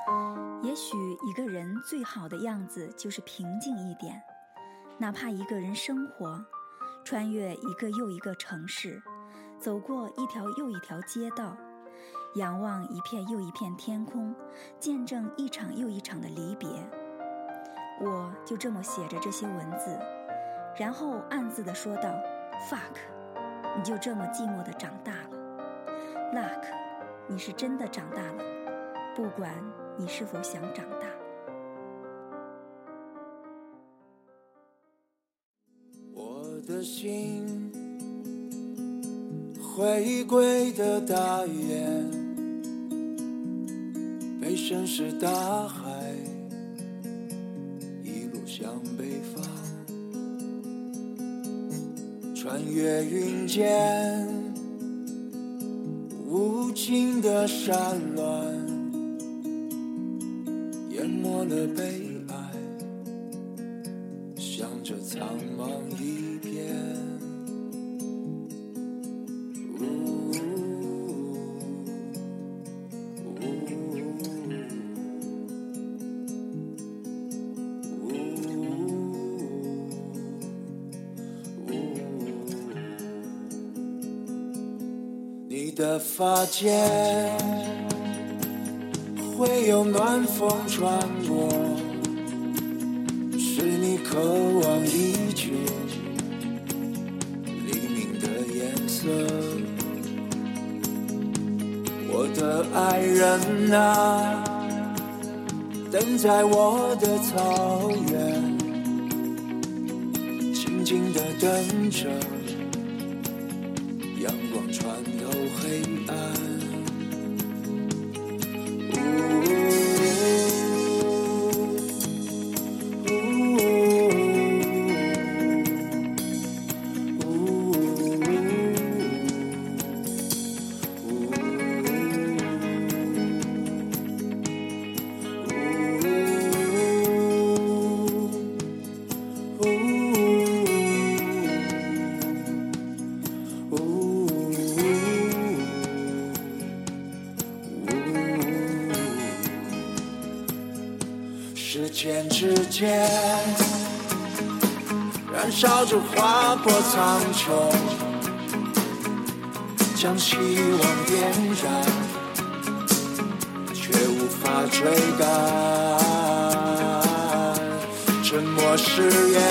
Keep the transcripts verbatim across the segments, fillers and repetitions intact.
也许一个人最好的样子就是平静一点，哪怕一个人生活，穿越一个又一个城市，走过一条又一条街道，仰望一片又一片天空，见证一场又一场的离别。我就这么写着这些文字，然后暗自地说道 fuck， 你就这么寂寞地长大了。 luck， 你是真的长大了，不管你是否想长大。 我的心回归的大雁，被深是大海一路向北方，穿越云间无尽的山峦，淹没了悲哀，向着苍茫一片。呜呜呜你的发间会有暖风穿过，是你渴望已久黎明的颜色。我的爱人啊，等在我的草原，静静地等着阳光穿透黑暗。时间之间燃烧着划破苍穹，将希望点燃，却无法追赶。沉默誓言，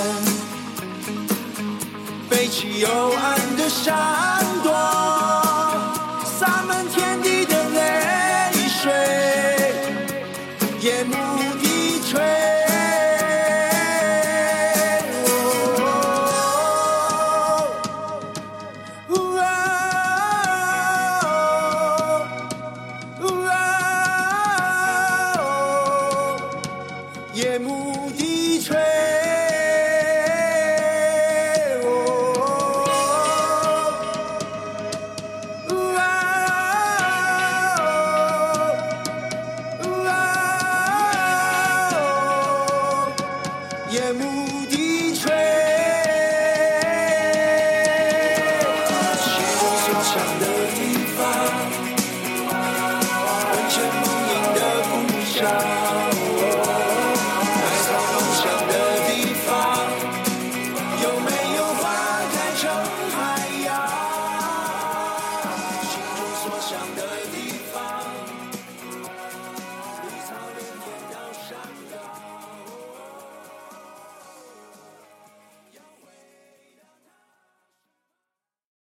背起幽暗的闪躲，洒满天地的泪水，夜幕